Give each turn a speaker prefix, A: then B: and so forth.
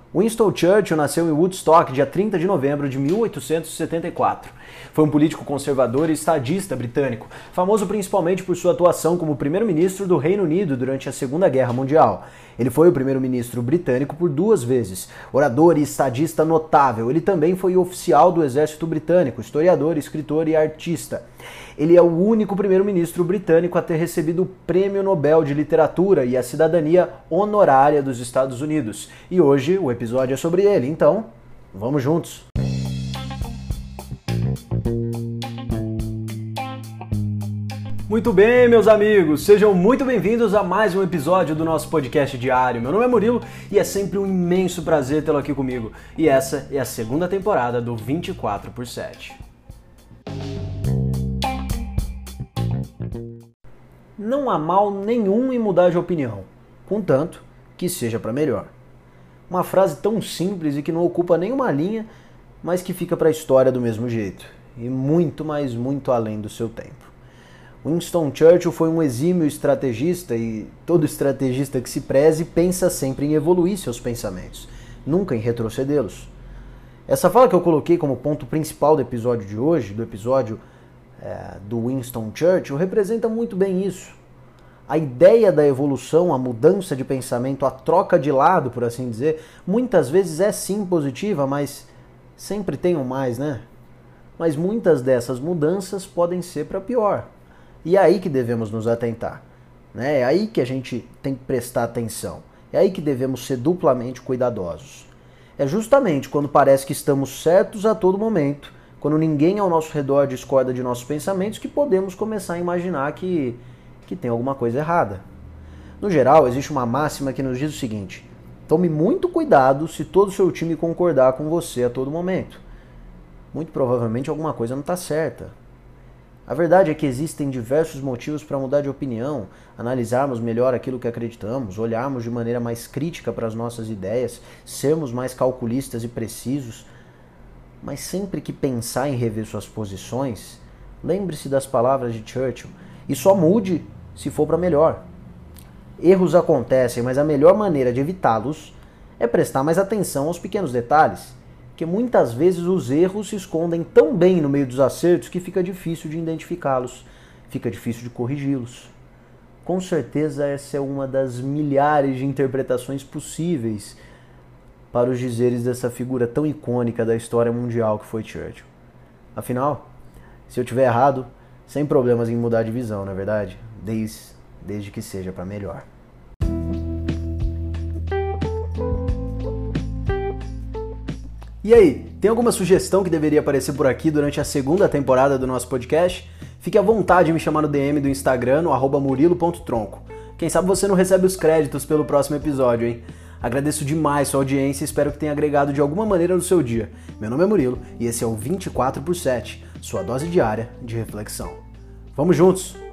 A: Winston Churchill nasceu em Woodstock, dia 30 de novembro de 1874. Foi um político conservador e estadista britânico, famoso principalmente por sua atuação como primeiro-ministro do Reino Unido durante a Segunda Guerra Mundial. Ele foi o primeiro-ministro britânico por 2 vezes. Orador e estadista notável, ele também foi oficial do Exército Britânico, historiador, escritor e artista. Ele é o único primeiro-ministro britânico a ter recebido o Prêmio Nobel de Literatura e a cidadania honorária dos Estados Unidos. E hoje o episódio é sobre ele, então vamos juntos! Muito bem, meus amigos, sejam muito bem-vindos a mais um episódio do nosso podcast diário. Meu nome é Murilo e é sempre um imenso prazer tê-lo aqui comigo. E essa é a segunda temporada do 24/7. Não há mal nenhum em mudar de opinião, contanto que seja para melhor. Uma frase tão simples e que não ocupa nenhuma linha, mas que fica para a história do mesmo jeito, e muito, mas muito além do seu tempo. Winston Churchill foi um exímio estrategista e todo estrategista que se preze pensa sempre em evoluir seus pensamentos, nunca em retrocedê-los. Essa fala que eu coloquei como ponto principal do episódio de hoje, do Winston Churchill, representa muito bem isso. A ideia da evolução, a mudança de pensamento, a troca de lado, por assim dizer, muitas vezes é sim positiva, mas sempre tem um mais, né? Mas muitas dessas mudanças podem ser para pior. E é aí que devemos nos atentar, né? É aí que a gente tem que prestar atenção. É aí que devemos ser duplamente cuidadosos. É justamente quando parece que estamos certos a todo momento, quando ninguém ao nosso redor discorda de nossos pensamentos, que podemos começar a imaginar que tem alguma coisa errada. No geral, existe uma máxima que nos diz o seguinte: tome muito cuidado se todo o seu time concordar com você a todo momento. Muito provavelmente alguma coisa não está certa. A verdade é que existem diversos motivos para mudar de opinião, analisarmos melhor aquilo que acreditamos, olharmos de maneira mais crítica para as nossas ideias, sermos mais calculistas e precisos. Mas sempre que pensar em rever suas posições, lembre-se das palavras de Churchill e só mude se for para melhor. Erros acontecem, mas a melhor maneira de evitá-los é prestar mais atenção aos pequenos detalhes, porque muitas vezes os erros se escondem tão bem no meio dos acertos que fica difícil de identificá-los, fica difícil de corrigi-los. Com certeza essa é uma das milhares de interpretações possíveis para os dizeres dessa figura tão icônica da história mundial que foi Churchill. Afinal, se eu tiver errado, sem problemas em mudar de visão, não é verdade? Desde que seja para melhor. E aí, tem alguma sugestão que deveria aparecer por aqui durante a segunda temporada do nosso podcast? Fique à vontade de me chamar no DM do Instagram, no @murilo.tronco. Quem sabe você não recebe os créditos pelo próximo episódio, hein? Agradeço demais sua audiência e espero que tenha agregado de alguma maneira no seu dia. Meu nome é Murilo e esse é o 24/7, sua dose diária de reflexão. Vamos juntos!